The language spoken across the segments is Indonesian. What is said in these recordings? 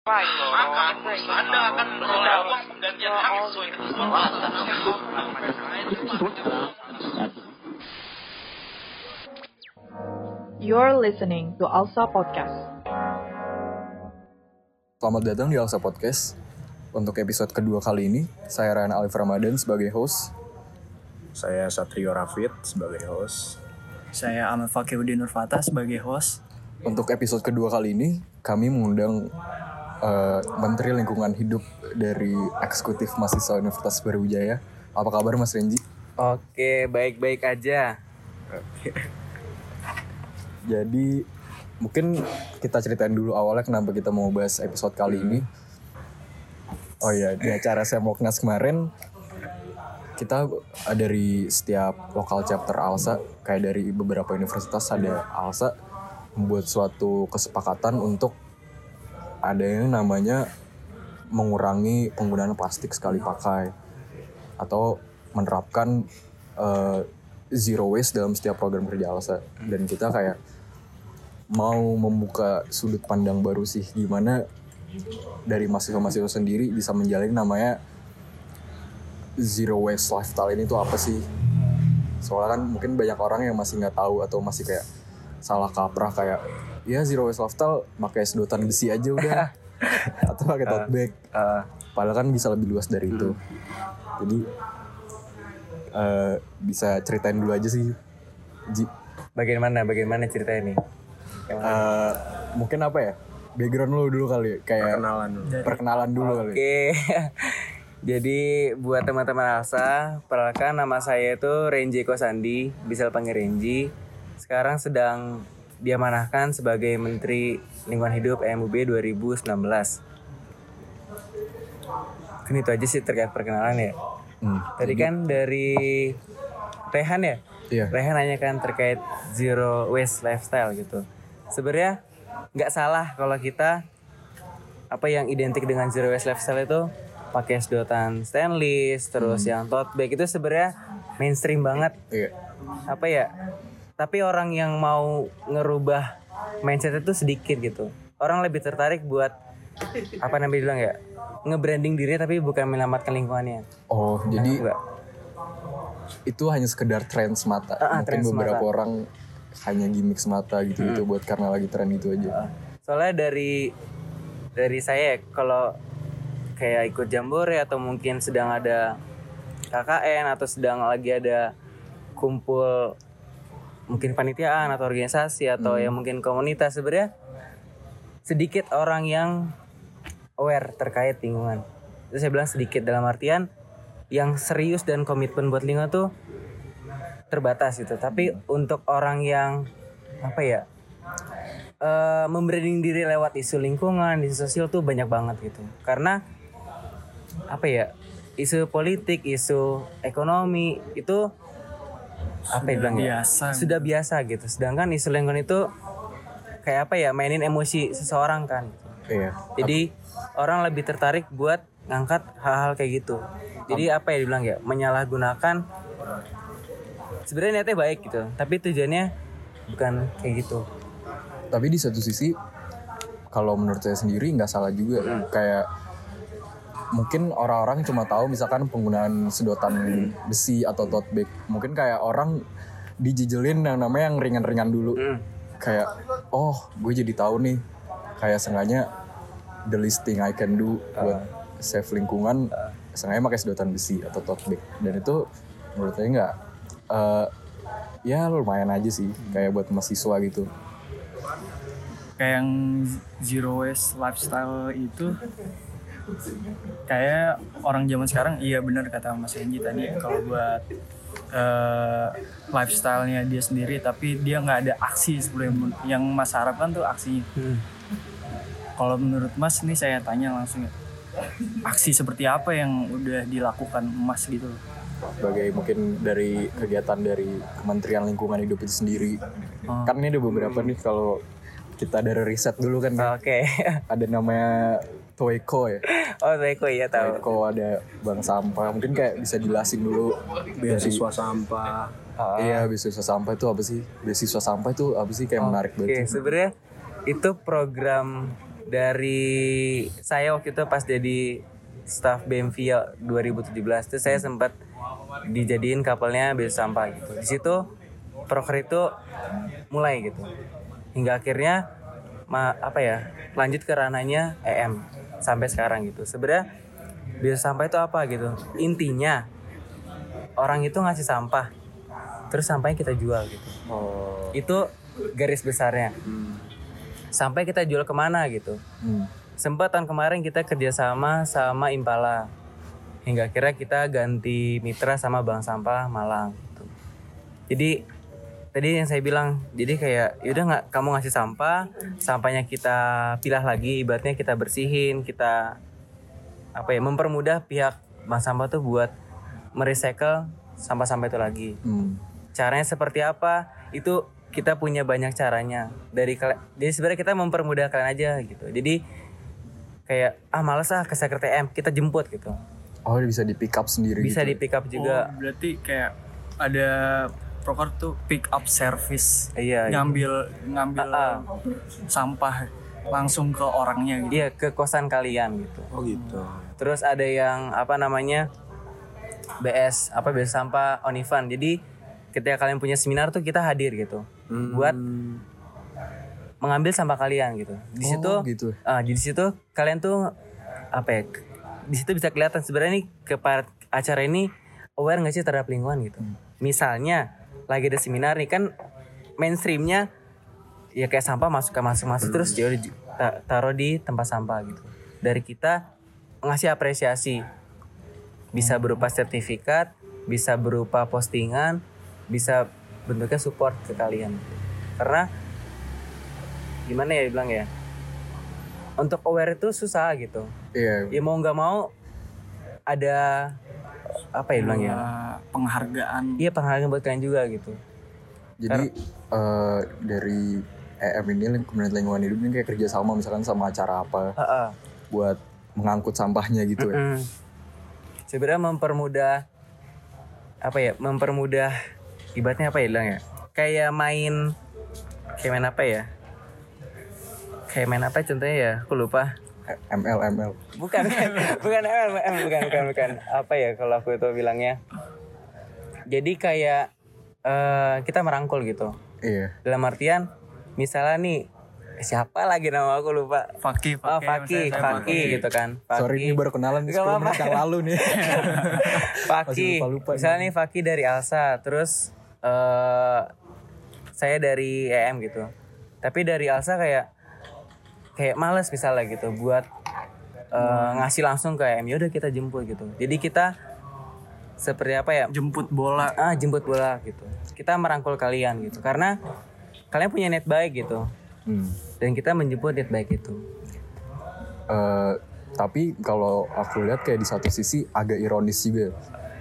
maka Anda akan memperoleh uang penggantian hak sesuai ketentuan You're listening to Alsa Podcast. Selamat datang di Alsa Podcast. Untuk episode kedua kali ini, saya Ryan Alif Ramadan sebagai host. Saya Satrio Rafid sebagai host. Saya Ahmad Fakihudin Nurfata sebagai host. Untuk episode kedua kali ini, kami mengundang Menteri Lingkungan Hidup dari Eksekutif Mahasiswa Universitas Brawijaya. Apa kabar Mas Renji? Oke, baik-baik aja. Jadi mungkin kita ceritain dulu awalnya kenapa kita mau bahas episode kali ini. Oh iya, di acara Semoknas kemarin kita dari setiap lokal chapter ALSA, kayak dari beberapa universitas ada ALSA membuat suatu kesepakatan untuk ada yang namanya mengurangi penggunaan plastik sekali pakai atau menerapkan zero waste dalam setiap program kerja ALSA. Dan kita kayak mau membuka sudut pandang baru sih, gimana dari mahasiswa-mahasiswa sendiri bisa menjalin namanya zero waste lifestyle ini tuh apa sih. Soalnya kan mungkin banyak orang yang masih gak tahu atau masih kayak salah kaprah kayak ya zero waste lifestyle pakai sedotan besi aja udah atau pakai tote bag. Padahal kan bisa lebih luas dari itu. Jadi bisa ceritain dulu aja sih, Ji. Bagaimana cerita ini? Mungkin apa ya, background lu dulu kali, kayak perkenalan dulu kali. Oke. Jadi buat teman-teman ALSA, perkenalkan nama saya itu Renji Kosandi, bisa panggil Renji. Sekarang sedang diamanahkan sebagai Menteri Lingkungan Hidup MUB 2019. Kan itu aja sih terkait perkenalan ya. Tadi kan dari Rehan ya? Iya. Rehan nanya kan terkait zero waste lifestyle gitu. Sebenarnya nggak salah kalau kita apa yang identik dengan zero waste lifestyle itu pakai sedotan stainless, terus yang tote bag itu sebenarnya mainstream banget. Iya. Apa ya? Tapi orang yang mau ngerubah mindset itu sedikit gitu. Orang lebih tertarik buat apa namanya bilang ya, nge-branding diri tapi bukan menyelamatkan lingkungannya. Oh, jadi enggak. Itu hanya sekedar tren semata. Mungkin tren beberapa semata. orang hanya gimmick semata gitu buat karena lagi tren itu aja. Soalnya dari saya kalau kayak ikut jambore atau mungkin sedang ada KKN atau sedang lagi ada kumpul mungkin panitiaan atau organisasi atau ya mungkin komunitas, sebenarnya sedikit orang yang aware terkait lingkungan. Itu saya bilang sedikit dalam artian yang serius dan komitmen buat lingkungan tuh terbatas gitu. Tapi untuk orang yang apa ya, membranding diri lewat isu lingkungan, isu sosial tuh banyak banget gitu. Karena apa ya, isu politik, isu ekonomi itu apa ya bilang ya, sudah biasa gitu. Sedangkan isu lingkungan itu kayak apa ya, mainin emosi seseorang kan. Iya. Jadi orang lebih tertarik buat ngangkat hal-hal kayak gitu. Jadi apa ya dibilang ya, menyalahgunakan. Sebenarnya niatnya baik gitu, tapi tujuannya bukan kayak gitu. Tapi di satu sisi, kalau menurut saya sendiri nggak salah juga. Kayak mungkin orang-orang cuma tahu misalkan penggunaan sedotan besi atau tote bag. Mungkin kayak orang dijijelin yang namanya yang ringan-ringan dulu. Kayak, oh gue jadi tahu nih, kayak sengaja the least thing I can do buat save lingkungan, sengaja pakai sedotan besi atau tote bag. Dan itu menurut saya nggak, ya lumayan aja sih, kayak buat mahasiswa gitu. Kayak yang zero waste lifestyle itu kayak orang zaman sekarang, iya benar kata Mas Renji tadi, kalau buat lifestyle-nya dia sendiri tapi dia nggak ada aksi sebelum yang Mas harapkan tuh aksinya. Kalau menurut Mas nih, saya tanya langsung ya, aksi seperti apa yang udah dilakukan Mas gitu? Sebagai mungkin dari kegiatan dari Kementerian Lingkungan Hidup itu sendiri. Kan ini ada beberapa nih, kalau kita dari riset dulu kan. Oke. Ada namanya Toeko ya. Oh, Toeko ya tahu. Toeko ada bank sampah. Mungkin kayak bisa jelasin dulu Beasiswa sampah. Iya, beasiswa sampah itu apa sih? Beasiswa sampah itu apa sih, kayak menarik banget. Oke, sebenarnya itu program dari saya waktu itu pas jadi staff BMVIA 2017 itu saya sempat dijadiin kapalnya base sampah gitu. Di situ proker itu mulai gitu. Hingga akhirnya lanjut ke ranahnya EM sampai sekarang gitu. Sebenarnya base sampah itu apa gitu? Intinya orang itu ngasih sampah, terus sampahnya kita jual gitu. Itu garis besarnya. Sampai kita jual kemana gitu. Sempat tahun kemarin kita kerjasama sama Impala. Hingga akhirnya kita ganti mitra sama Bank Sampah Malang gitu. Jadi tadi yang saya bilang, jadi kayak yaudah nggak, kamu ngasih sampah, sampahnya kita pilah lagi, ibaratnya kita bersihin, kita mempermudah pihak Bank Sampah tuh buat merecycle sampah-sampah itu lagi. Caranya seperti apa? Itu kita punya banyak caranya. Jadi sebenarnya kita mempermudah kalian aja gitu. Jadi kayak males ke sekretariat EM, kita jemput gitu. Oh, bisa di pick up sendiri. Bisa gitu. di pick up juga. Oh, berarti kayak ada proker tuh pick up service. Iya. Ngambil sampah langsung ke orangnya gitu. Iya, ke kosan kalian gitu. Oh gitu. Terus ada yang BS sampah on event. Jadi ketika kalian punya seminar tuh kita hadir gitu. Buat mengambil sampah kalian gitu. Di situ gitu. Di situ kalian tuh di situ bisa kelihatan sebenarnya nih acara ini aware nggak sih terhadap lingkungan gitu. Misalnya lagi ada seminar nih kan mainstreamnya ya kayak sampah masuk terus dia taruh di tempat sampah gitu. Dari kita ngasih apresiasi, bisa berupa sertifikat, bisa berupa postingan, bisa bentuknya support ke kalian. Karena gimana ya dibilang ya, untuk aware itu susah gitu. Iya. Ya mau nggak mau ada bilang ya, penghargaan. Iya, penghargaan buat kalian juga gitu. Jadi dari EM ini Kementerian Lingkungan Hidup ini kayak kerja sama misalkan sama acara apa buat mengangkut sampahnya gitu ya. Sebenarnya mempermudah ibaratnya bilang ya, kayak main contohnya ya, aku lupa. ML. Bukan kalau aku itu bilangnya. Jadi kayak kita merangkul gitu. Iya. Dalam artian misalnya nih, siapa lagi nama aku lupa. Faki gitu kan. Faki. Sorry, ini baru kenalan 10 menit yang lalu nih. Faki. Lupa Misalnya nih Faki dari Alsa, terus saya dari EM gitu. Tapi dari Alsa kayak males misalnya gitu buat ngasih langsung ke EM. Yaudah kita jemput gitu. Jadi kita seperti jemput bola gitu. Kita merangkul kalian gitu. Karena kalian punya niat baik gitu. Dan kita menjemput niat baik itu. Tapi kalau aku lihat kayak di satu sisi agak ironis juga.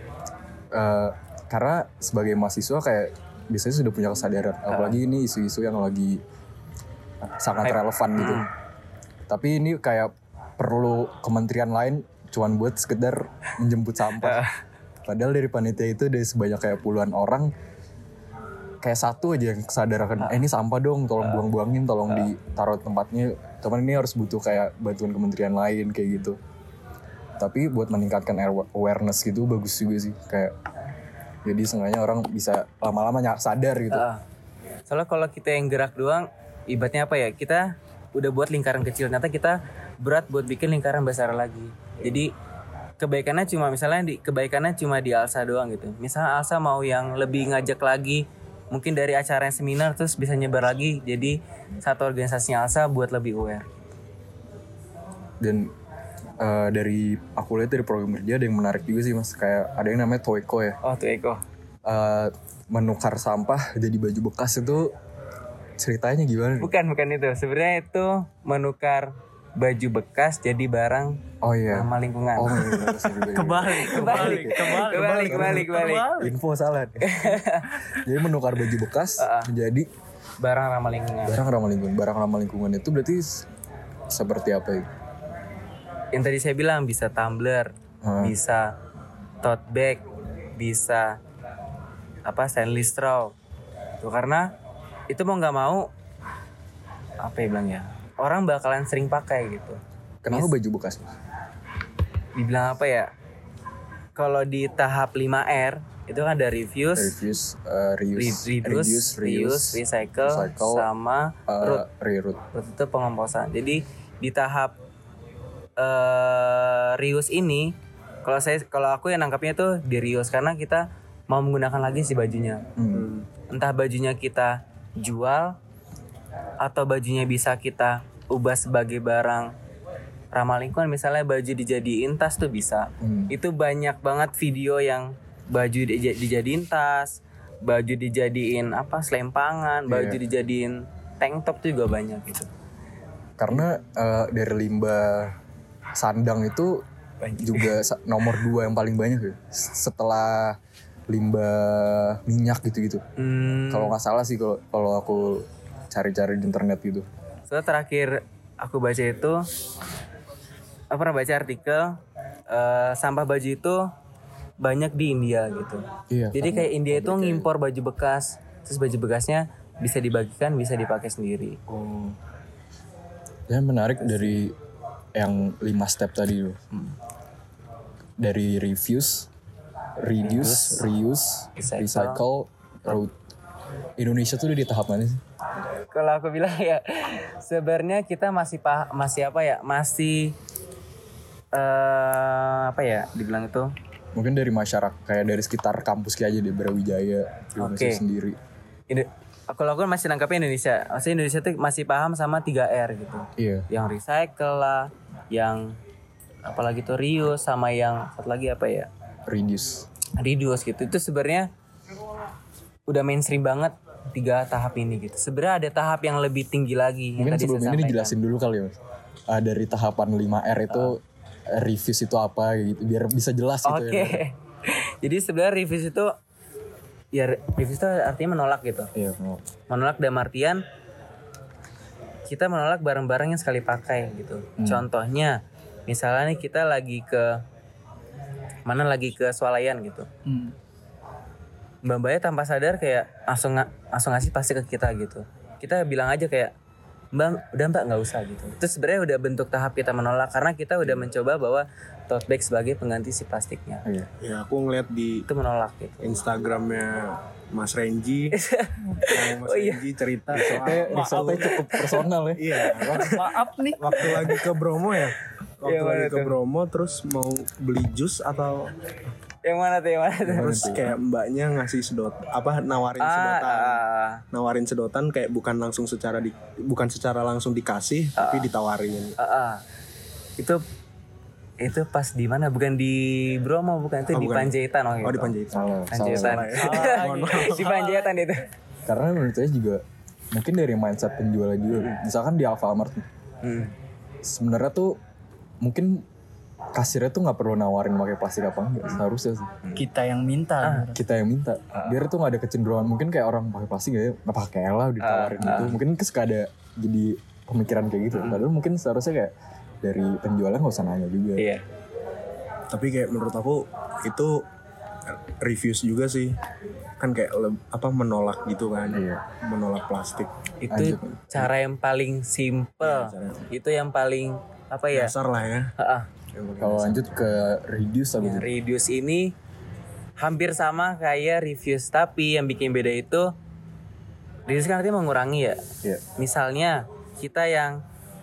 Karena sebagai mahasiswa kayak biasanya sudah punya kesadaran. Apalagi ini isu-isu yang lagi sangat relevan gitu. Tapi ini kayak perlu kementerian lain cuman buat sekedar menjemput sampah. Padahal dari panitia itu dari sebanyak kayak puluhan orang, kayak satu aja yang kesadaran, ini sampah dong, tolong buang-buangin, tolong ditaruh tempatnya. Cuman ini harus butuh kayak bantuan kementerian lain kayak gitu. Tapi buat meningkatkan awareness gitu bagus juga sih. Kayak jadi seenggaknya orang bisa lama-lama sadar gitu. Soalnya kalau kita yang gerak doang, ibaratnya kita udah buat lingkaran kecil, ternyata kita berat buat bikin lingkaran besar lagi. Jadi kebaikannya cuma di Alsa doang gitu. Misalnya Alsa mau yang lebih ngajak lagi, mungkin dari acara yang seminar terus bisa nyebar lagi. Jadi satu organisasinya Alsa buat lebih aware. Dan dari aku lihat dari program kerja ada yang menarik juga sih mas. Kayak ada yang namanya Toeko ya. Oh Toeko. Menukar sampah jadi baju bekas itu ceritanya gimana? Bukan itu. Sebenarnya itu menukar baju bekas jadi barang ramah lingkungan. Oh Kebalik. Info salah. Jadi menukar baju bekas menjadi barang ramah lingkungan. Barang ramah lingkungan itu berarti seperti apa itu? Yang tadi saya bilang bisa tumbler, bisa tote bag, bisa stainless straw. Itu karena itu mau nggak mau orang bakalan sering pakai gitu. Kenapa baju bekas? Dibilang apa ya? Kalau di tahap 5R itu kan ada reduce, recycle, sama reroute. Root itu pengomposan. Jadi di tahap reuse ini, kalau aku yang nangkapnya tuh di reuse karena kita mau menggunakan lagi si bajunya. Entah bajunya kita jual atau bajunya bisa kita ubah sebagai barang ramah lingkungan, misalnya baju dijadiin tas tuh bisa. Itu banyak banget video yang baju dijadiin tas, baju dijadiin selempangan, baju dijadiin tank top tuh juga banyak gitu. Karena dari limbah sandang itu juga nomor 2 yang paling banyak ya, setelah limbah minyak gitu-gitu. Kalau nggak salah sih kalau aku cari-cari di internet gitu. So terakhir aku baca itu, aku pernah baca artikel sampah baju itu banyak di India gitu. Iya, jadi kayak India itu ngimpor baju bekas, terus baju bekasnya bisa dibagikan, bisa dipakai sendiri. Ya menarik dari yang 5 step tadi loh. Dari reduce, reuse, recycle, route. Indonesia tuh udah di tahap mana sih? Kalau aku bilang ya sebenarnya kita masih dibilang itu mungkin dari masyarakat, kayak dari sekitar kampus kayak aja di Brawijaya Indonesia sendiri. Kalau aku masih nangkapnya Indonesia. Maksudnya Indonesia tuh masih paham sama 3R gitu. Iya. Yang recycle lah, yang apalagi tuh reuse, sama yang satu lagi Reduce gitu. Itu sebenarnya udah mainstream banget 3 tahap ini gitu. Sebenarnya ada tahap yang lebih tinggi lagi. Mungkin sebelum ini dijelasin dulu kali ya Mas. Dari tahapan 5R itu reviews itu apa gitu, biar bisa jelas gitu ya. Jadi sebenarnya reviews itu artinya menolak gitu. Iya, menolak dalam artian kita menolak barang-barang yang sekali pakai gitu. Contohnya misalnya nih kita lagi ke swalayan gitu. Mbak-mbaknya tanpa sadar kayak langsung ngasih plastik ke kita gitu. Kita bilang aja kayak, Mbak nggak usah gitu. Itu sebenarnya udah bentuk tahap kita menolak karena kita udah mencoba bawa tote bag sebagai pengganti si plastiknya. Ya aku ngeliat di itu menolak gitu. Instagramnya Mas Renji, Mas Renji cerita soal cukup personal ya. Iya. Maaf nih. Waktu lagi ke Bromo ya. Waktu lagi ke tuh? Bromo terus mau beli jus atau Yang mana tuh? terus kayak mbaknya ngasih nawarin sedotan kayak bukan secara langsung dikasih tapi ditawarin. Itu pas di mana? Bukan di Bromo, bukan itu di Panjaitan gitu. Di Panjaitan. Panjaitan. Di Panjaitan itu. Karena menurut saya juga mungkin dari mindset penjual juga. Misalkan di Alfamart. Sebenarnya tuh mungkin kasirnya tuh nggak perlu nawarin pakai plastik apa enggak, seharusnya sih. Kita yang minta. Biar tuh nggak ada kecenderungan mungkin kayak orang pakai plastik ya nggak pakai lah ditawarin gitu. Mungkin suka ada jadi pemikiran kayak gitu. Padahal mungkin seharusnya kayak dari penjualnya nggak usah nanya juga. Iya. Tapi kayak menurut aku itu reviews juga sih, kan kayak menolak gitu kan. Menolak plastik. Itu cara yang paling simple. Itu yang paling dasar lah ya. Kalau lanjut ke reduce reduce ini hampir sama kayak reviews, tapi yang bikin beda itu reduce kan artinya mengurangi ya. Misalnya kita yang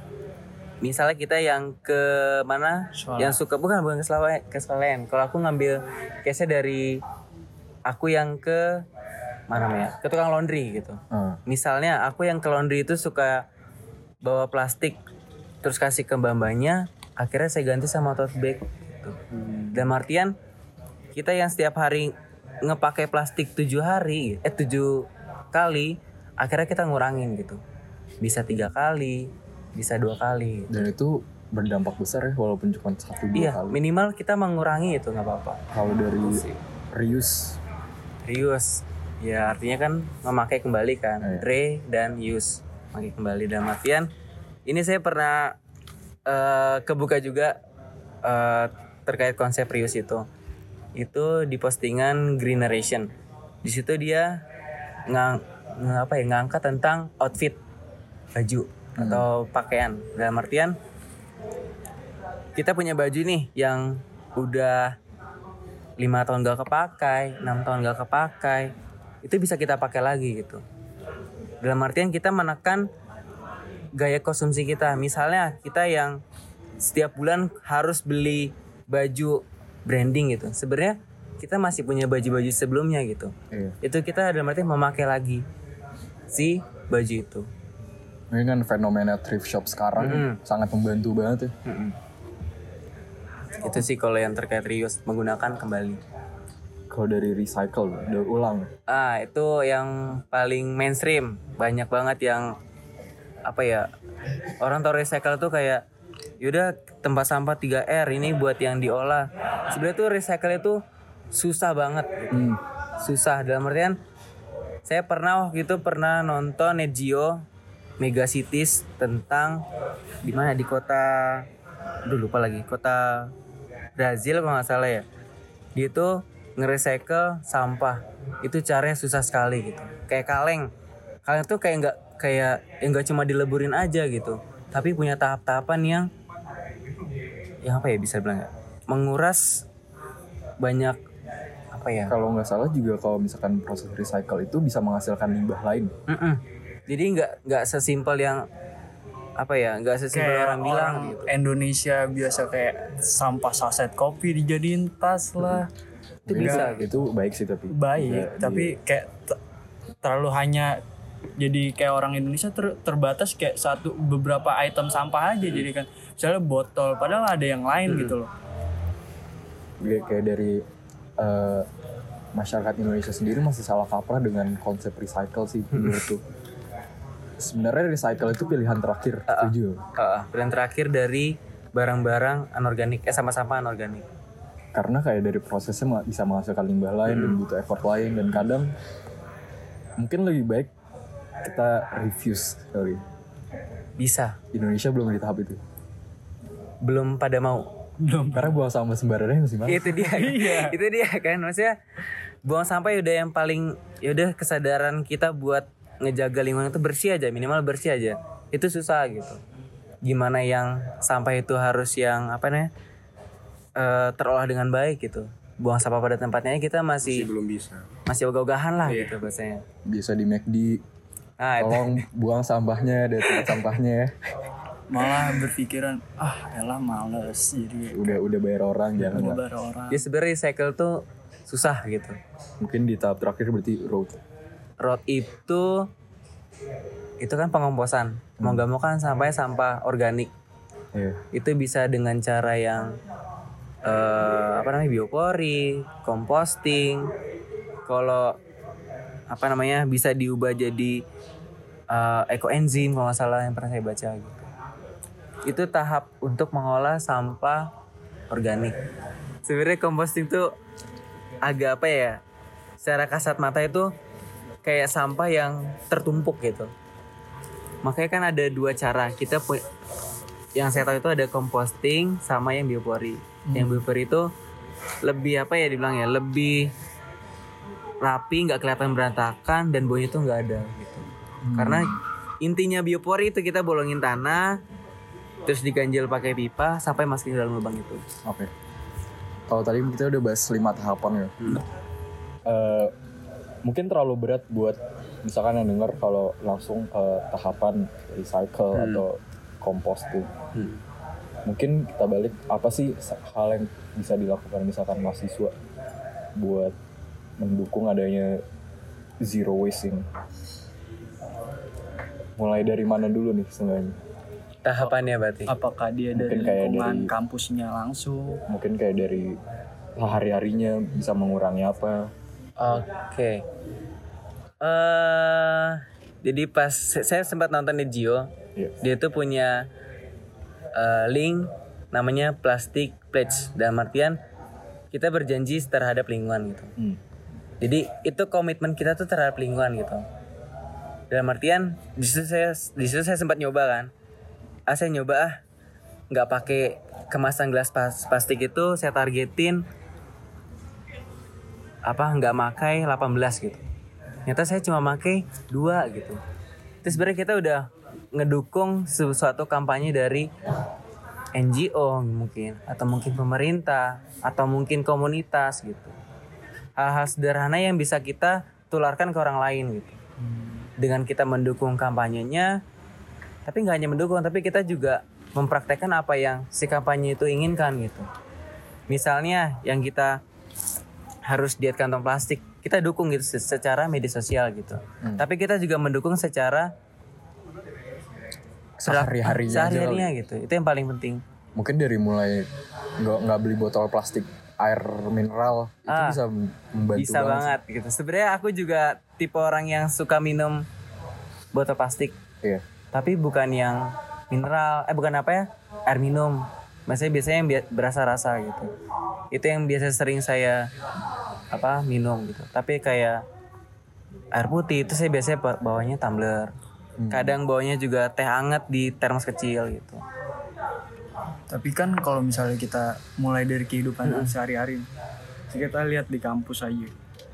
ke mana yang suka bukan ke swalayan. Kalau aku ngambil case-nya dari aku yang ke mana namanya? Ke tukang laundry gitu. Misalnya aku yang ke laundry itu suka bawa plastik terus kasih ke mbak-mbaknya, akhirnya saya ganti sama tote bag gitu. Dalam artian kita yang setiap hari ngepakai plastik 7 kali, akhirnya kita ngurangin gitu. Bisa 3 kali, bisa 2 kali. Dan itu berdampak besar ya, walaupun cuma 1-2 kali. Minimal kita mengurangi itu nggak apa-apa. Kalau dari reuse ya artinya kan memakai kembali kan. Re dan use, memakai kembali. Dalam artian ini saya pernah kebuka juga terkait konsep reuse itu di postingan Greeneration. Di situ dia ngangkat tentang outfit baju. atau pakaian. Dalam artian kita punya baju nih yang udah 5 tahun gak kepakai, 6 tahun gak kepakai, itu bisa kita pakai lagi gitu. Dalam artian kita menekan gaya konsumsi kita. Misalnya kita yang setiap bulan harus beli baju branding gitu. Sebenarnya kita masih punya baju-baju sebelumnya gitu. Iya. Itu kita dalam artian memakai lagi si baju itu. Ini kan fenomena thrift shop sekarang sangat membantu banget ya. Itu sih kalau yang terkait reuse, menggunakan kembali. Kalau dari recycle, daur ulang. Itu yang paling mainstream. Banyak banget yang apa ya, orang tahu recycle tuh kayak yaudah tempat sampah 3R ini buat yang diolah. Sebenarnya tuh recycle itu susah banget gitu. Susah dalam artian saya waktu itu pernah nonton Net Geo Mega Cities tentang di mana, di kota kota Brazil kalau nggak salah ya. Dia tuh nge-recycle sampah. Itu caranya susah sekali gitu. Kayak kaleng tuh kayak nggak cuma dileburin aja gitu, tapi punya tahap-tahapan yang apa ya, bisa bilang menguras banyak apa ya. Kalau nggak salah juga kalau misalkan proses recycle itu bisa menghasilkan limbah lain. Jadi nggak sesimpel yang apa ya, nggak sesimpel Kayak orang bilang orang gitu. Indonesia biasa kayak sampah saset kopi dijadiin tas lah. Itu bisa gitu. Itu baik sih tapi. Baik, tapi kayak terlalu hanya jadi kayak orang Indonesia terbatas kayak beberapa item sampah aja. Jadi kan misalnya botol, padahal ada yang lain gitu loh. Kayak dari masyarakat Indonesia sendiri masih salah kaprah dengan konsep recycle sih menurutku. Sebenarnya recycle itu pilihan terakhir, setuju. Pilihan terakhir dari barang-barang anorganik, sampah-sampah anorganik. Karena kayak dari prosesnya bisa menghasilkan limbah lain dan butuh effort lain, dan kadang mungkin lebih baik kita refuse kali. Bisa. Indonesia belum di tahap itu. Belum pada mau. Karena buang sampah sembarangan masih mahal. Itu dia. Itu dia kan. Maksudnya buang sampah udah yang paling, udah kesadaran kita buat ngejaga lingkungan itu bersih aja, minimal bersih aja. Itu susah gitu. Gimana yang sampah itu harus yang apa namanya? Terolah dengan baik gitu. Buang sampah pada tempatnya kita masih belum bisa. Masih ogah-ogahan lah gitu bahasanya. Bisa di McD. Nah, Tolong buang sampahnya dari tempat sampahnya ya. Malah berpikiran elah males, jadi Udah bayar orang, jangan lah. ngobar orang. ya sebenarnya recycle tuh susah gitu. Mungkin di tahap terakhir berarti road. Road itu kan pengomposan. Mau gak mau kan sampah organik. Iya. Itu bisa dengan cara yang biopori, composting. Kalau bisa diubah jadi ekoenzim kalau nggak salah yang pernah saya baca gitu. Itu tahap untuk mengolah sampah organik. Sebenarnya composting tuh agak apa ya? Secara kasat mata itu kayak sampah yang tertumpuk gitu. Makanya kan ada dua cara. Yang saya tahu itu ada composting sama yang biopori. Yang biopori itu lebih lebih rapi, nggak kelihatan berantakan, dan baunya itu nggak ada gitu. Karena intinya biopori itu kita bolongin tanah, terus diganjel pakai pipa sampai masukin ke dalam lubang itu. Oke. Kalau tadi kita udah bahas 5 tahapan ya. Mungkin terlalu berat buat misalkan yang denger kalau langsung ke tahapan recycle atau composting. Mungkin kita balik, apa sih hal yang bisa dilakukan misalkan mahasiswa buat mendukung adanya zero wasting? Mulai dari mana dulu nih sebenarnya? Tahapannya berarti. Apakah dia Mungkin dari kayak lingkungan dari- kampusnya langsung? Mungkin kayak dari hari-harinya bisa mengurangi apa? Oke. Jadi pas saya sempat nonton di Geo, Iya. dia tuh punya link namanya Plastic Pledge. Dalam artian kita berjanji terhadap lingkungan gitu. Jadi itu komitmen kita tuh terhadap lingkungan gitu. Dalam artian di situ saya sempat nyoba kan. Saya nyoba nggak pakai kemasan gelas plastik itu, saya targetin nggak makai 18 gitu. Ternyata saya cuma makai 2 gitu. Terus sebenarnya kita udah ngedukung sesuatu kampanye dari NGO mungkin, atau mungkin pemerintah, atau mungkin komunitas gitu. Hal-hal sederhana yang bisa kita tularkan ke orang lain gitu. Dengan kita mendukung kampanyenya, tapi nggak hanya mendukung, tapi kita juga mempraktekkan apa yang si kampanye itu inginkan gitu. Misalnya yang kita harus diet kantong plastik, kita dukung gitu secara media sosial gitu. Tapi kita juga mendukung secara sehari-harinya gitu. Itu yang paling penting. Mungkin dari mulai nggak beli botol plastik air mineral itu bisa membantu bisa banget gitu. Sebenarnya aku juga tipe orang yang suka minum botol plastik. Iya. Tapi bukan yang mineral, bukan apa ya? Air minum. Biasanya yang berasa rasa gitu. Itu yang biasa sering saya minum gitu. Tapi kayak air putih itu saya biasanya bawanya tumbler. Kadang bawanya juga teh hangat di termos kecil gitu. Tapi kan kalau misalnya kita mulai dari kehidupan sehari-hari, kita lihat di kampus aja,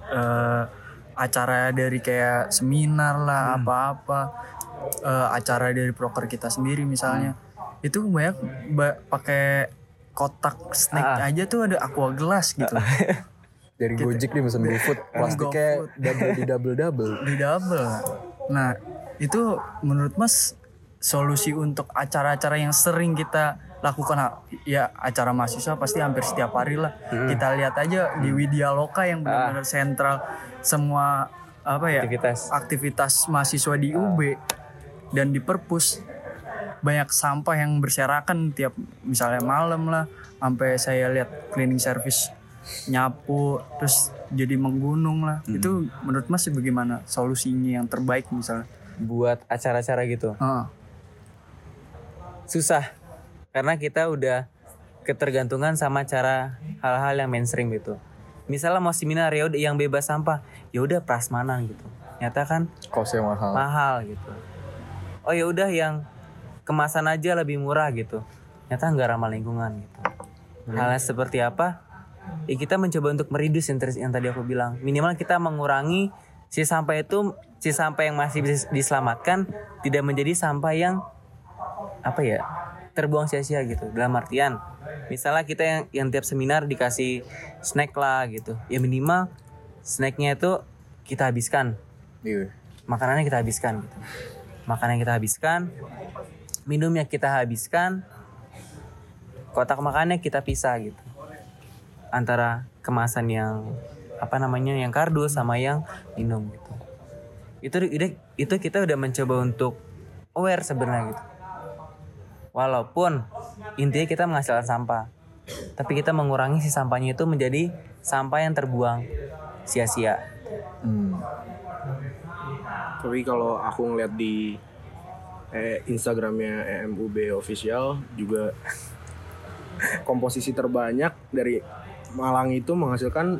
acara dari kayak seminar lah, apa-apa, acara dari proker kita sendiri misalnya, itu banyak pakai kotak snack aja tuh ada aqua gelas gitu. Dari Gojek nih pesan GoFood, plastiknya double. Nah itu menurut Mas solusi untuk acara-acara yang sering kita lakukan, ya acara mahasiswa pasti hampir setiap hari lah. Kita lihat aja di Widya Loka yang benar-benar sentral semua aktivitas mahasiswa di UB dan di Perpus. Banyak sampah yang berserakan tiap misalnya malam lah, sampai saya lihat cleaning service nyapu terus jadi menggunung lah. Itu menurut Mas bagaimana solusinya yang terbaik misalnya buat acara-acara gitu? Susah, karena kita udah ketergantungan sama cara hal-hal yang mainstream gitu. Misalnya mau seminar ya udah yang bebas sampah, ya udah prasmanan gitu. Nyata kan kosnya mahal gitu. Oh ya udah yang kemasan aja lebih murah gitu. Nyata nggak ramah lingkungan gitu. Hal seperti apa? Ya kita mencoba untuk mereduce yang tadi aku bilang. Minimal kita mengurangi si sampah yang masih bisa diselamatkan tidak menjadi sampah yang terbuang sia-sia gitu. Dalam artian misalnya kita yang tiap seminar dikasih snack lah gitu, ya minimal snacknya itu kita habiskan, makanannya kita habiskan gitu. Makanan kita habiskan, minumnya kita habiskan, kotak makannya kita pisah gitu antara kemasan yang yang kardus sama yang minum gitu. Itu kita udah mencoba untuk aware sebenarnya gitu. Walaupun intinya kita menghasilkan sampah, tapi kita mengurangi si sampahnya itu menjadi sampah yang terbuang sia-sia. Tapi kalau aku ngeliat di Instagramnya EMUB official juga komposisi terbanyak dari Malang itu menghasilkan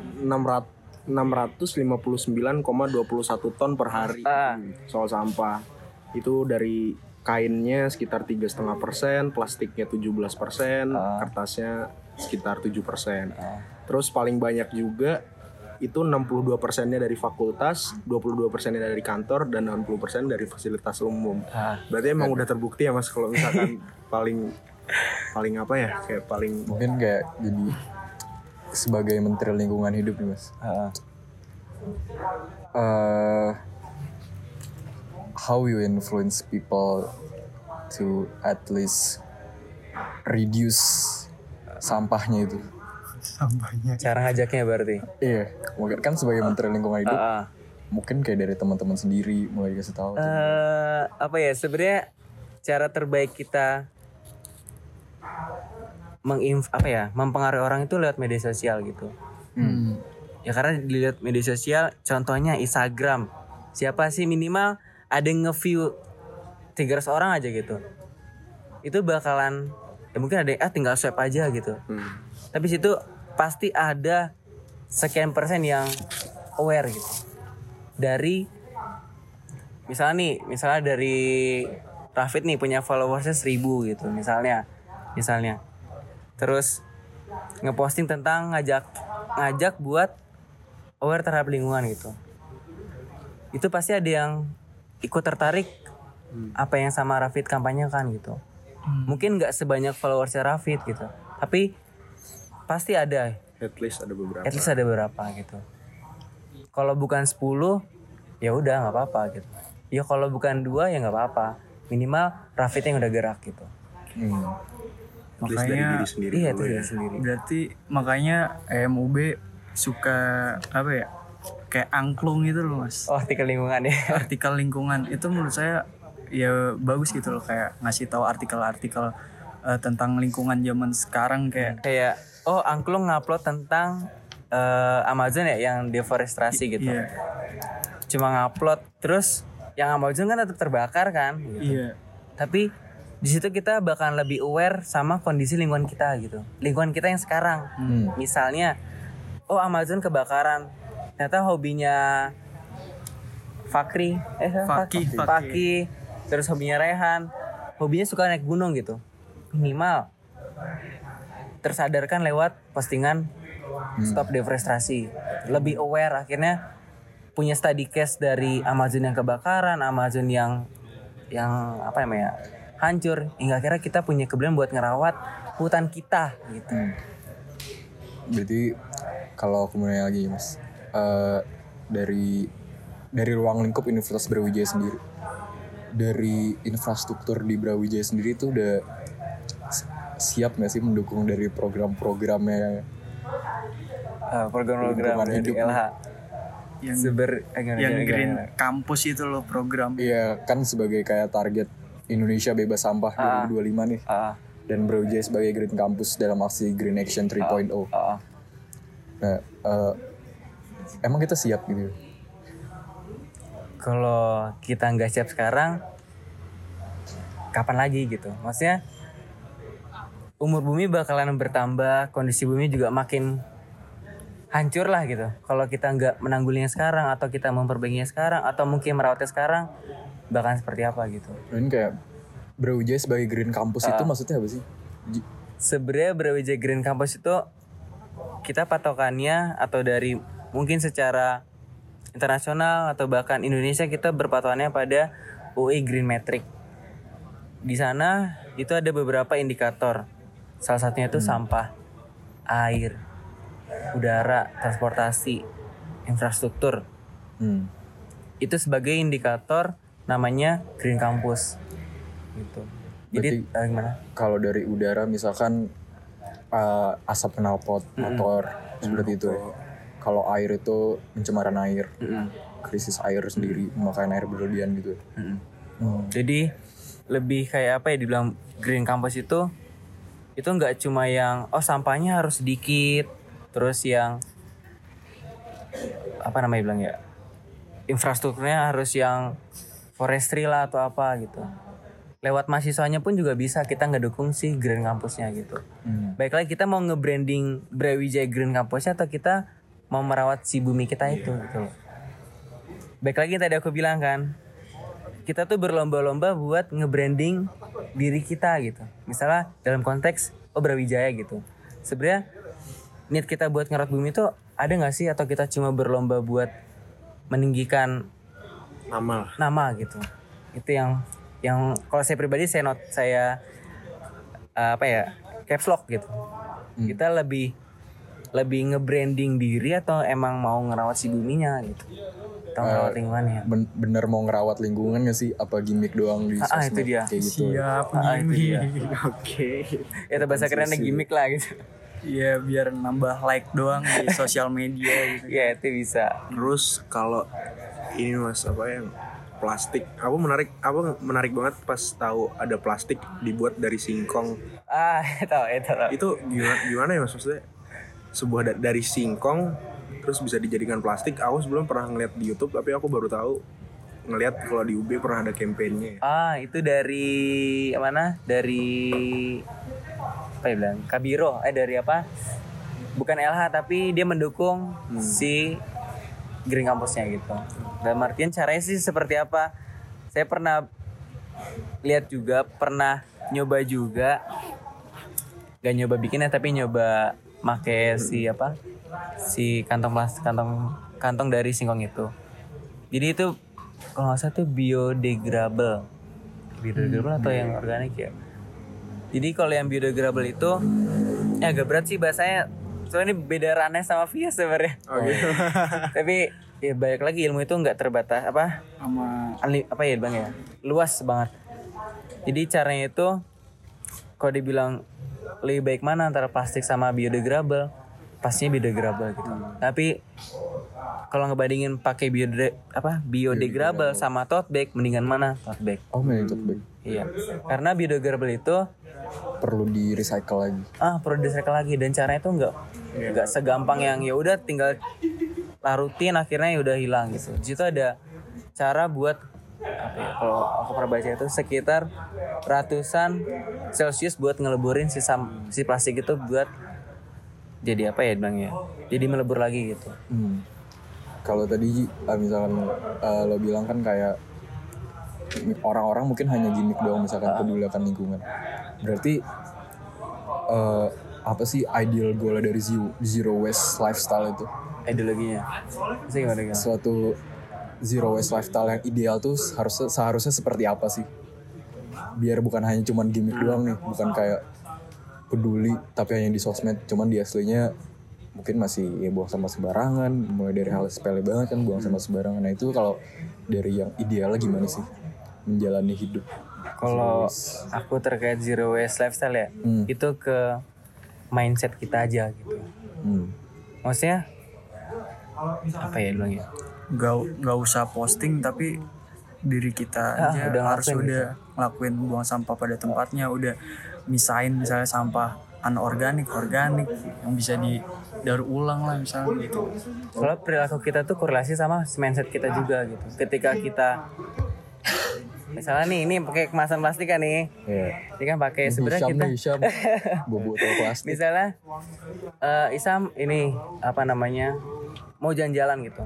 659,21 ton per hari soal sampah. Itu dari kainnya sekitar 3,5%, plastiknya 17%, kertasnya sekitar 7%. Terus paling banyak juga itu 62%-nya dari fakultas, 22%-nya dari kantor, dan 60% dari fasilitas umum. Berarti emang udah terbukti ya Mas, kalau misalkan paling kayak paling mungkin kayak jadi sebagai Menteri Lingkungan Hidup nih Mas. How you influence people to at least reduce sampahnya itu? Cara ngajaknya berarti? Iya, mungkin kan sebagai Menteri Lingkungan Hidup, mungkin kayak dari teman-teman sendiri mulai dikasih tahu. Sebenarnya cara terbaik kita mempengaruhi orang itu lewat media sosial gitu. Ya karena dilihat media sosial, contohnya Instagram. Siapa sih minimal ada yang nge-view 300 orang aja gitu. Itu bakalan mungkin ada tinggal swipe aja gitu. Tapi situ pasti ada sekian persen yang aware gitu. Dari misalnya dari Rafid nih punya followersnya 1000 gitu misalnya. Terus ngeposting tentang ngajak buat aware terhadap lingkungan gitu. Itu pasti ada yang ikut tertarik apa yang sama Rafid kampanyekan gitu. Mungkin nggak sebanyak followersnya Rafid gitu, tapi pasti ada. At least ada beberapa. At least ada beberapa gitu. Kalau bukan 10 ya udah nggak apa-apa gitu. Ya kalau bukan 2 ya nggak apa-apa. Minimal Rafid yang udah gerak gitu. At least dari diri sendiri Iya, dulu itu ya. diri sendiri. Berarti makanya MUB suka apa ya? Kayak angklung gitu loh, Mas. Oh, artikel lingkungan ya. Artikel lingkungan itu menurut saya ya bagus gitu loh, kayak ngasih tahu artikel-artikel tentang lingkungan zaman sekarang kayak Oh, Angklung ngupload tentang Amazon ya yang deforestasi gitu. Iya. Cuma ngupload terus yang Amazon kan tetap terbakar kan gitu. Iya. Tapi di situ kita bakal lebih aware sama kondisi lingkungan kita gitu. Lingkungan kita yang sekarang. Misalnya Amazon kebakaran. Ternyata hobinya Fakri, terus hobinya Rehan, hobinya suka naik gunung gitu. Minimal tersadarkan lewat postingan stop deforestasi. Lebih aware, akhirnya punya study case dari Amazon yang kebakaran, Amazon yang apa namanya hancur, hingga akhirnya kita punya keberanian buat ngerawat hutan kita gitu. Berarti kalau kemudian lagi Mas, dari ruang lingkup Universitas Brawijaya sendiri, dari infrastruktur di Brawijaya sendiri itu udah siap nggak sih mendukung dari program-programnya Program-program lingkungan di hidup LH yang green kampus itu loh program. Iya, kan sebagai kayak target Indonesia bebas sampah 2025 nih. Dan Brawijaya sebagai green campus dalam aksi Green Action 3.0. Nah, emang kita siap gitu? Kalau kita nggak siap sekarang, kapan lagi gitu? Maksudnya umur bumi bakalan bertambah, kondisi bumi juga makin hancur lah gitu. Kalau kita nggak menanggulinya sekarang, atau kita memperbaikinya sekarang, atau mungkin merawatnya sekarang, bakalan seperti apa gitu? Ini kayak Brawijaya sebagai green campus itu maksudnya apa sih? Sebenarnya Brawijaya Green Campus itu kita patokannya atau dari mungkin secara internasional atau bahkan Indonesia kita berpatokannya pada UI Green Metric. Di sana itu ada beberapa indikator. Salah satunya itu sampah, air, udara, transportasi, infrastruktur. Itu sebagai indikator namanya Green Campus. Gitu. Jadi gimana? Kalau dari udara misalkan asap knalpot motor seperti itu. Kalau air itu pencemaran air, krisis air sendiri, pemakaian air berlebihan gitu. Jadi lebih kayak apa ya dibilang Green Campus itu nggak cuma yang sampahnya harus sedikit, terus yang apa namanya bilang ya, infrastrukturnya harus yang forestry lah atau apa gitu. Lewat mahasiswanya pun juga bisa kita ngedukung si Green Campusnya gitu. Baik lagi kita mau nge-branding Brawijaya Green Campusnya atau kita mau merawat si bumi kita itu gitu. Baik lagi tadi aku bilang kan, kita tuh berlomba-lomba buat nge-branding diri kita gitu. Misalnya dalam konteks Brawijaya gitu. Sebenarnya niat kita buat ngerawat bumi itu ada nggak sih, atau kita cuma berlomba buat meninggikan nama gitu. Itu yang kalau saya pribadi saya caps lock gitu. Kita lebih nge-branding diri atau emang mau ngerawat si buminya gitu. Atau ngerawat lingkungannya. Bener mau ngerawat lingkungan gak sih? Apa gimmick doang di sosmed? Itu dia. Kayak gitu. Siap, Oke. Itu bahasa kerennya gimmick lah gitu. Iya, biar nambah like doang di sosial media gitu. Iya, itu bisa. Terus kalau ini Mas yang plastik, aku menarik banget pas tahu ada plastik dibuat dari singkong. Tahu. Itu gimana ya Mas, maksudnya sebuah dari singkong terus bisa dijadikan plastik. Aku sebelum pernah ngeliat di YouTube, tapi aku baru tahu ngeliat kalau di UB pernah ada kampanyenya. Itu dari mana? Dari apa ya bilang? Kabiro, dari apa? Bukan LH tapi dia mendukung si Green Campusnya gitu. Dalam artian caranya sih seperti apa? Saya pernah lihat juga, pernah nyoba juga. Gak nyoba bikinnya tapi nyoba make si kantong dari singkong itu. Jadi itu kalau nggak salah tuh biodegradable. biodegradable atau yang organik ya. Jadi kalau yang biodegradable itu agak berat sih bahasanya. Soalnya ini beda ranah sama Via sebenarnya. Oh gitu. Tapi ya balik lagi ilmu itu nggak terbatas apa ya bang ya, luas banget. Jadi caranya itu kalau dibilang lebih baik mana antara plastik sama biodegradable, pastinya biodegradable gitu. Tapi kalau ngebandingin pakai biodegradable sama tote bag, mendingan mana tote bag? Oh, mending tote bag. Iya, karena biodegradable itu Perlu di recycle lagi. perlu di-recycle lagi, dan caranya itu nggak segampang yang ya udah tinggal larutin akhirnya ya udah hilang gitu. Di situ ada cara buat apa ya, kalau aku pernah baca itu sekitar ratusan Celcius buat ngeleburin si plastik itu buat jadi apa ya bang ya, jadi melebur lagi gitu. Kalau tadi misalkan lo bilang kan kayak orang-orang mungkin hanya gimmick doang, misalkan peduli akan lingkungan. Berarti apa sih ideal goal dari zero waste lifestyle itu? Ideologinya gimana? Suatu zero waste lifestyle yang ideal tuh seharusnya seperti apa sih? Biar bukan hanya cuman gimmick doang nih, bukan kayak peduli tapi hanya di sosmed, cuman di aslinya mungkin masih ya buang sampah sembarangan, mulai dari hal sepele banget kan buang sampah sembarangan. Nah itu kalau dari yang idealnya gimana sih menjalani hidup? Kalau aku terkait zero waste lifestyle ya, itu ke mindset kita aja gitu. Maksudnya apa ya bilang ya? Gak usah posting, tapi diri kita aja harus udah ngelakuin buang sampah pada tempatnya, udah misahin misalnya sampah anorganik, organik yang bisa didaur ulang lah misalnya gitu. Soalnya perilaku kita tuh korelasi sama mindset kita juga gitu. Ketika kita misalnya nih ini pakai kemasan plastik kan nih, ini kan pakai sebenarnya kita Hisham botol plastik. misalnya Isam ini apa namanya mau jalan-jalan gitu.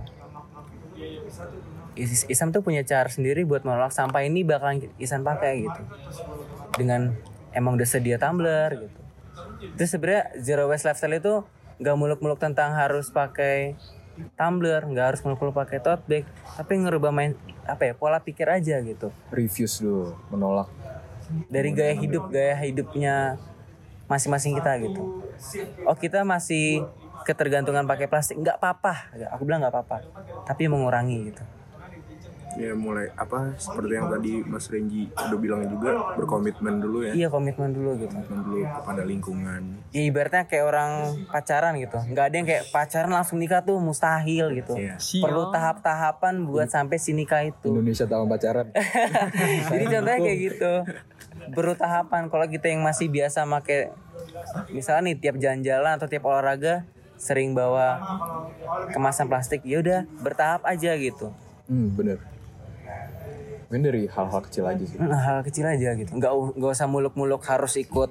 Isam tuh punya cara sendiri buat menolak sampah ini bakalan Isam pakai gitu. Dengan emang udah sedia tumbler gitu. Terus sebenarnya zero waste lifestyle itu nggak muluk-muluk tentang harus pakai tumbler, nggak harus muluk-muluk pakai tote bag, tapi ngerubah pola pikir aja gitu. Refuse dulu, menolak Dari gaya hidupnya masing-masing kita gitu. Oh kita masih ketergantungan pakai plastik, nggak apa-apa. Aku bilang nggak apa-apa, tapi mengurangi gitu. Ya mulai seperti yang tadi Mas Renji udah bilang juga, berkomitmen dulu ya. Iya komitmen dulu gitu. Komitmen dulu kepada lingkungan. Ya ibaratnya kayak orang pacaran gitu. Nggak ada yang kayak pacaran langsung nikah tuh mustahil gitu. Iya. Perlu tahap-tahapan buat sampai si nikah itu. Indonesia tahun pacaran. Jadi contohnya kayak gitu. Perlu tahapan. Kalau kita yang masih biasa make, misalnya nih tiap jalan-jalan atau tiap olahraga sering bawa kemasan plastik, ya udah bertahap aja gitu. Bener. Mungkin dari hal-hal kecil aja sih. Hal kecil aja gitu. Nggak usah muluk-muluk harus ikut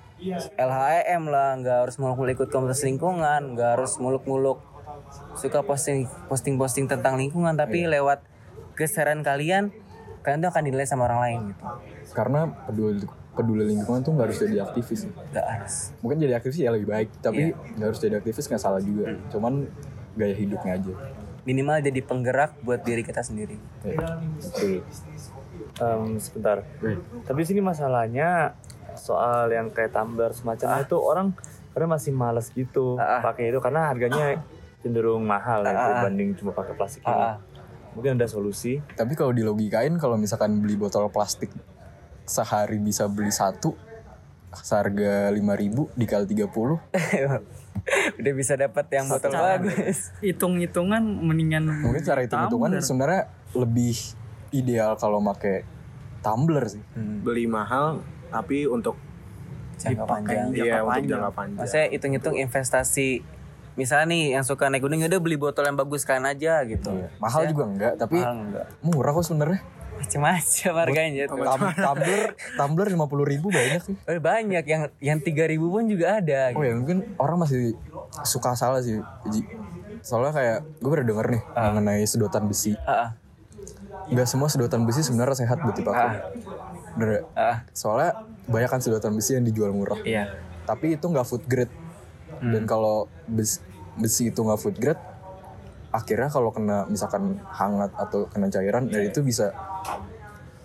LHM lah, nggak harus muluk-muluk ikut komunitas lingkungan, nggak harus muluk-muluk suka posting tentang lingkungan, tapi lewat kesadaran kalian tuh akan dinilai sama orang lain gitu. Karena peduli lingkungan tuh nggak harus jadi aktivis sih. Nggak harus. Mungkin jadi aktivis ya lebih baik, tapi nggak harus jadi aktivis nggak salah juga. Cuman gaya hidupnya aja. Minimal jadi penggerak buat diri kita sendiri. Betul. Sebentar. Tapi sini masalahnya soal yang kayak tumbler semacam itu orang kadang masih malas gitu pakai itu karena harganya cenderung mahal dibanding cuma pakai plastik ini. Mungkin ada solusi. Tapi kalau dilogikain, kalau misalkan beli botol plastik sehari bisa beli satu, seharga 5.000 dikali 30. Udah bisa dapat yang botol bagus. Hitung-hitungan mendingan Mungkin cara hitung-hitungan sebenarnya lebih ideal kalau pakai tumbler sih. Beli mahal tapi untuk Jangka panjang. Iya, untuk jangka panjang. Maksudnya hitung-hitung investasi. Misalnya nih yang suka naik gunung udah beli botol yang bagus kan aja gitu. Iya. Mahal juga enggak, tapi murah kok sebenarnya. Macam-macam harganya tuh. Tumbler 50.000 banyak sih. Banyak yang 3.000 pun juga ada. Oh ya mungkin orang masih suka salah sih, Ji. Soalnya kayak gue pernah denger nih mengenai sedotan besi. Nggak semua sedotan besi sebenarnya sehat buat dipakai. Bener. Soalnya banyak kan sedotan besi yang dijual murah. Iya. Tapi itu nggak food grade. Dan kalau besi itu nggak food grade, akhirnya kalau kena misalkan hangat atau kena cairan, itu bisa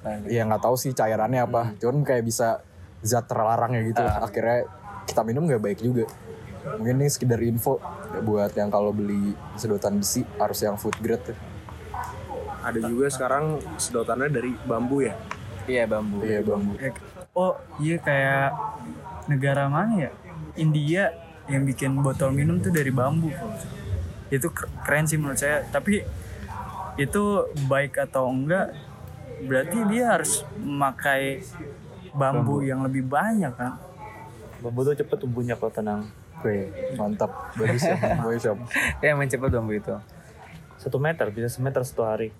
ya nggak tahu sih cairannya apa, cuman kayak bisa zat terlarangnya gitu. Akhirnya kita minum nggak baik juga. Mungkin ini sekedar info buat yang kalau beli sedotan besi harus yang food grade. Ada juga sekarang sedotannya dari bambu ya. Iya bambu. Oh iya, kayak negara mana ya, India, yang bikin botol minum tuh dari bambu. Itu keren sih menurut saya. Tapi itu baik atau enggak, berarti dia harus memakai bambu yang lebih banyak kan. Bambu tuh cepet tumbuhnya kalau tenang. Oke, mantap, bagus ya, bagus ya. Yang mencepat bambu itu. 1 meter, bisa 1 meter 1 hari.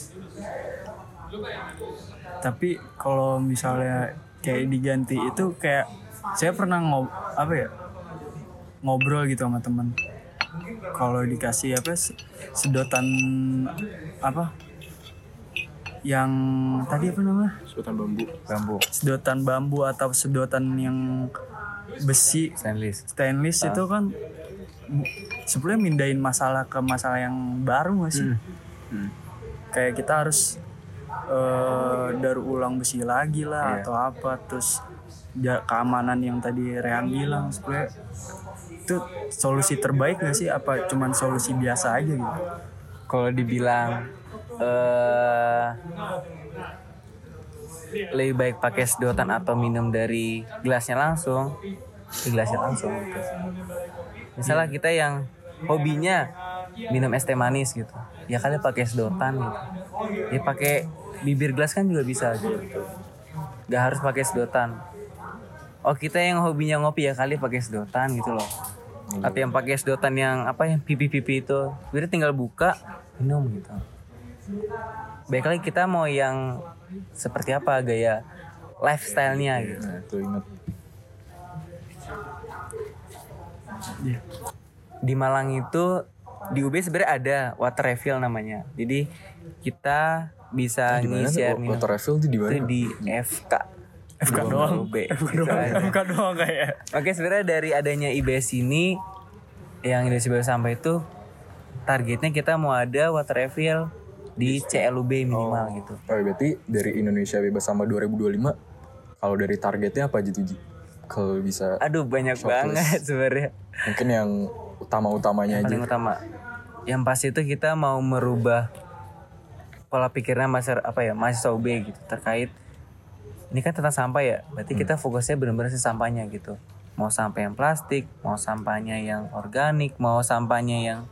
Tapi kalau misalnya kayak diganti itu, kayak saya pernah ngobrol gitu sama teman. Kalau dikasih sedotan yang tadi apa namanya? Sedotan bambu atau sedotan yang besi, stainless itu kan sebenarnya mindahin masalah ke masalah yang baru nggak sih? Kayak kita harus daur ulang besi lagi lah atau apa, terus keamanan yang tadi Rehan bilang, sebenarnya itu solusi terbaik nggak sih? Apa cuman solusi biasa aja gitu? Kalau dibilang lebih baik pakai sedotan atau minum dari gelasnya langsung gitu. Misalnya kita yang hobinya minum es teh manis gitu, ya kali pakai sedotan gitu. Ya pakai bibir gelas kan juga bisa gitu. Gak harus pakai sedotan. Oh kita yang hobinya ngopi, ya kali pakai sedotan gitu loh. Atau yang pakai sedotan yang yang pipi-pipi itu, jadi tinggal buka minum gitu. Baik lagi kita mau yang seperti apa gaya lifestyle-nya gitu. Nah, itu ingat. Di Malang itu di UB sebenarnya ada water refill namanya. Jadi kita bisa ngisi air minum. Water refill itu di mana? Itu di FK. FK doang. UB. FK doang kayak. Oke, sebenarnya dari adanya IBS ini, yang Indonesia Bebas Sampah itu targetnya kita mau ada water refill di CLUB minimal gitu. Oh, berarti dari Indonesia Bebas Sampah 2025, kalau dari targetnya apa aja tuh, Ji? Kalau bisa. Aduh, banyak banget sebenarnya. Mungkin yang utama-utamanya aja. Paling utama. Yang pasti itu kita mau merubah pola pikirnya mahasiswa UB gitu terkait ini kan tentang sampah ya. Berarti kita fokusnya benar-benar sih sampahnya gitu. Mau sampah yang plastik, mau sampahnya yang organik, mau sampahnya yang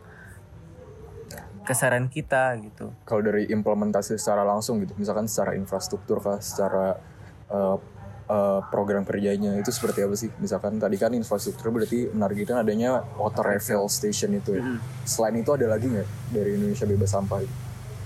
kesadaran kita gitu. Kalau dari implementasi secara langsung gitu, misalkan secara infrastruktur kah, secara program kerjanya itu seperti apa sih? Misalkan tadi kan infrastruktur berarti menargetkan adanya water refill station itu ya. Selain itu ada lagi nggak dari Indonesia Bebas Sampah itu?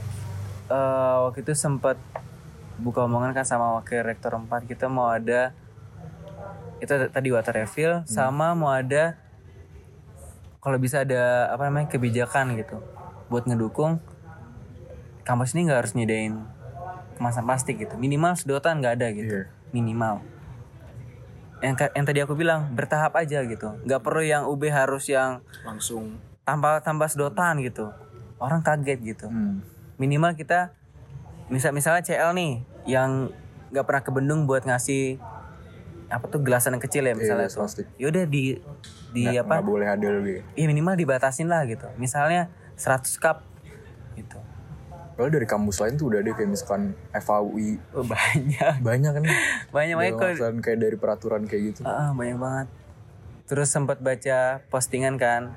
Waktu itu sempat buka omongan kan sama wakil rektor 4, kita mau ada itu tadi water refill, sama mau ada kalau bisa ada kebijakan gitu buat ngedukung kampus ini nggak harus nyediain kemasan plastik gitu, minimal sedotan nggak ada gitu. Minimal yang tadi aku bilang bertahap aja gitu, nggak perlu yang UB harus yang langsung tambah sedotan gitu, orang kaget gitu. Minimal kita misalnya CL nih yang nggak pernah ke Bendung buat ngasih gelasan yang kecil ya misalnya tuh, yaudah nggak boleh ada lebih. Iya minimal dibatasin lah gitu, misalnya 100 cup gitu. Kalau dari kampus lain tuh udah ada kayak misalkan FAUI. Banyak kan? Banyak kayak dari peraturan kayak gitu. Banyak banget. Terus sempat baca postingan kan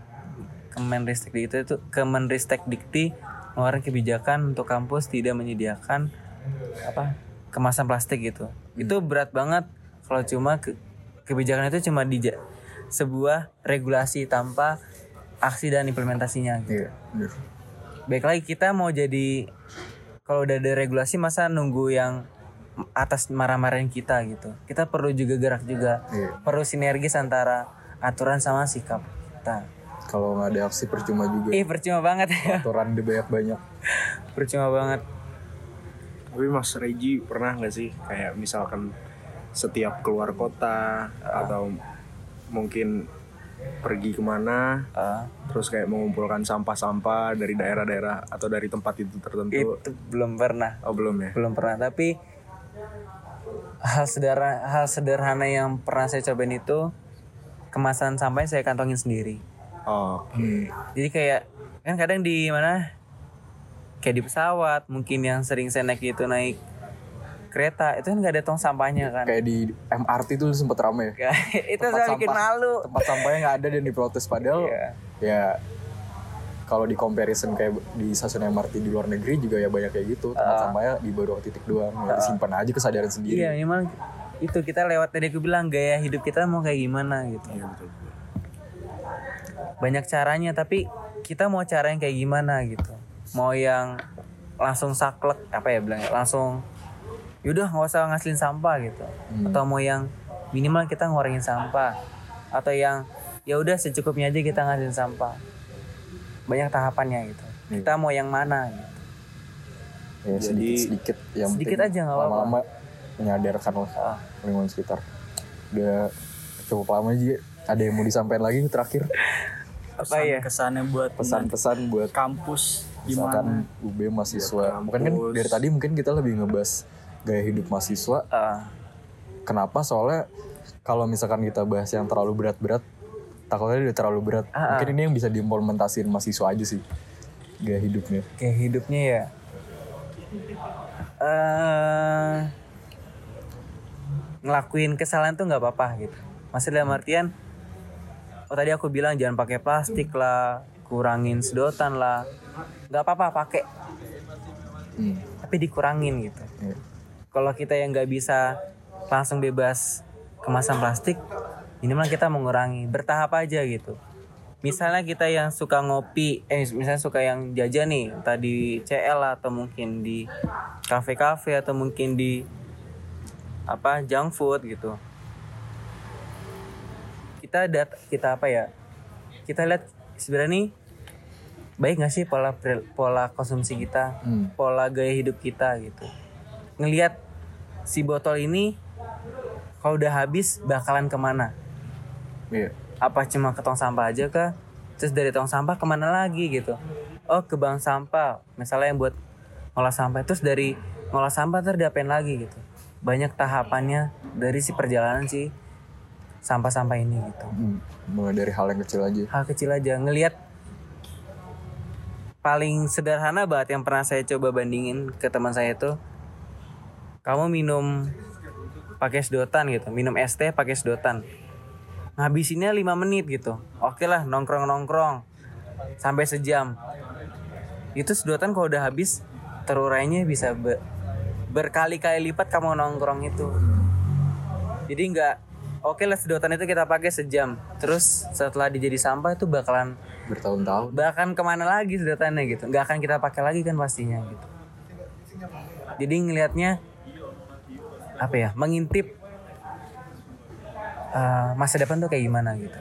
Kemenristek Dikti ngeluarin kebijakan untuk kampus tidak menyediakan kemasan plastik gitu. Itu berat banget kalau cuma kebijakan itu cuma sebuah regulasi tanpa aksi dan implementasinya gitu. Iya, bener. Baik lagi kita mau jadi, kalau udah ada regulasi masa nunggu yang atas marah-marahin kita gitu. Kita perlu juga gerak juga. Perlu sinergis antara aturan sama sikap kita. Kalau nggak ada aksi percuma juga. Percuma banget ya. Aturan banyak. Percuma banget. Tapi Mas Reji pernah nggak sih kayak misalkan setiap keluar kota atau mungkin pergi kemana, terus kayak mengumpulkan sampah-sampah dari daerah-daerah atau dari tempat itu tertentu? Itu belum pernah. Oh belum ya? Belum pernah, tapi hal sederhana yang pernah saya cobain itu kemasan sampah saya kantongin sendiri. Jadi kayak kan kadang di mana kayak di pesawat mungkin yang sering saya naik itu naik kereta itu kan nggak ada tong sampahnya kan. Kayak di MRT tuh sempet rame ya. Itu saya bikin malu. Tempat sampahnya nggak ada dan diprotes padahal ya kalau di comparison kayak di stasiun MRT di luar negeri juga ya banyak kayak gitu. Tempat sampahnya di baru titik doang. Ya disimpan aja kesadaran sendiri. Iya memang itu kita lewat tadi aku bilang gaya hidup kita mau kayak gimana gitu. Iya betul. Banyak caranya tapi kita mau cara yang kayak gimana gitu. Mau yang langsung saklek apa ya bilangnya langsung yaudah nggak usah ngasilin sampah gitu. Atau mau yang minimal kita ngurangin sampah atau yang ya udah secukupnya aja kita ngasilin sampah. Banyak tahapannya gitu. Kita mau yang mana gitu. Ya sedikit yang sedikit penting aja nggak apa-apa. lama-lama menyadarkan lah lingkungan sekitar. Udah cukup lama juga. Ada yang mau disampaikan lagi terakhir? Apa ya? Kesannya buat Pesan-pesan buat kampus misalkan gimana? UB mahasiswa. Mungkin kan dari tadi mungkin kita lebih ngebahas gaya hidup mahasiswa. Kenapa? Soalnya kalau misalkan kita bahas yang terlalu berat-berat, takutnya udah terlalu berat. Mungkin ini yang bisa diimplementasiin mahasiswa aja sih gaya hidupnya. Gaya hidupnya ya. Ngelakuin kesalahan tuh nggak apa-apa gitu. Maksudnya dalam artian, tadi aku bilang jangan pakai plastik lah, kurangin sedotan lah, nggak apa-apa pakai, tapi dikurangin gitu. Kalau kita yang nggak bisa langsung bebas kemasan plastik, minimal kita mengurangi, bertahap aja gitu. Misalnya kita yang suka ngopi, misalnya suka yang jajan nih, entah di CL atau mungkin di kafe-kafe atau mungkin di junk food gitu. Kita apa ya? Kita lihat sebenarnya nih baik nggak sih pola konsumsi kita, pola gaya hidup kita gitu. Ngelihat si botol ini kalau udah habis bakalan kemana? Iya. Apa cuma ke tong sampah aja kah? Terus dari tong sampah kemana lagi gitu? Oh ke bank sampah, misalnya yang buat ngolah sampah. Terus dari ngolah sampah terus diapain lagi gitu? Banyak tahapannya dari si perjalanan si sampah-sampah ini gitu. Mulai dari hal yang kecil aja. Hal kecil aja. Ngelihat paling sederhana banget yang pernah saya coba bandingin ke teman saya itu, kamu minum pakai sedotan gitu, minum es teh pakai sedotan. Ngabisinnya 5 menit gitu. Oke lah nongkrong sampai sejam. Itu sedotan kalau udah habis terurainya bisa berkali-kali lipat kamu nongkrong itu. Jadi nggak oke lah sedotan itu kita pakai sejam. Terus setelah dijadi sampah itu bakalan bertahun-tahun. Bahkan kemana lagi sedotannya gitu. Nggak akan kita pakai lagi kan pastinya gitu. Jadi ngelihatnya apa ya? Mengintip masa depan tuh kayak gimana gitu.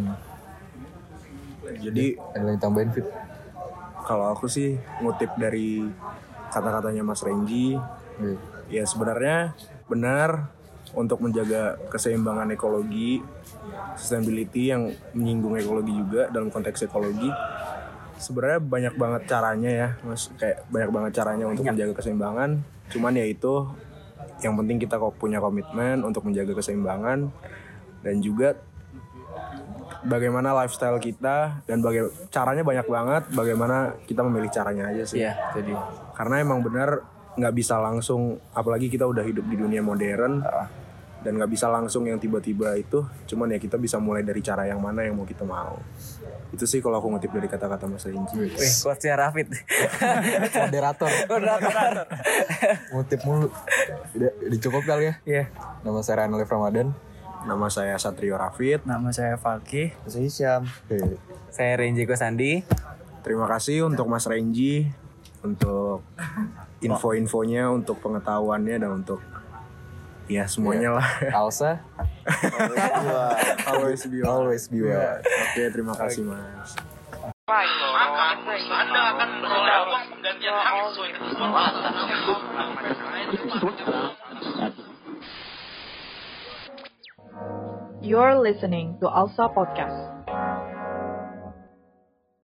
Jadi ada yang tambahin Fit? Kalau aku sih ngutip dari kata-katanya Mas Renji, ya sebenarnya benar untuk menjaga keseimbangan ekologi, sustainability yang menyinggung ekologi juga dalam konteks ekologi. Sebenarnya banyak banget caranya ya, Mas. Kayak banyak banget caranya untuk menjaga keseimbangan. Cuman ya itu yang penting kita punya komitmen untuk menjaga keseimbangan dan juga bagaimana lifestyle kita dan caranya banyak banget. Bagaimana kita memilih caranya aja sih. Iya, jadi karena emang benar nggak bisa langsung, apalagi kita udah hidup di dunia modern dan nggak bisa langsung yang tiba-tiba itu. Cuman ya kita bisa mulai dari cara yang mana yang mau kita mau. Itu sih kalau aku ngutip dari kata-kata Mas Renji. Quotes-nya Rafid. Moderator. Ngutip mulu. Udah cukup kali ya? Iya. Nama saya Ryan Olive Ramadan. Nama saya Satrio Rafid. Nama saya Falki. Saya Hisyam. Saya Renji Kosandi. Terima kasih untuk Mas Renji untuk info-infonya, untuk pengetahuannya dan untuk ya semuanya lah. Alsa. Always be well. Always be well. Oke, terima kasih Mas. Maka Anda akan memperoleh uang penggantian hak sesuai ketentuan pasal. You're listening to Alsa Podcast.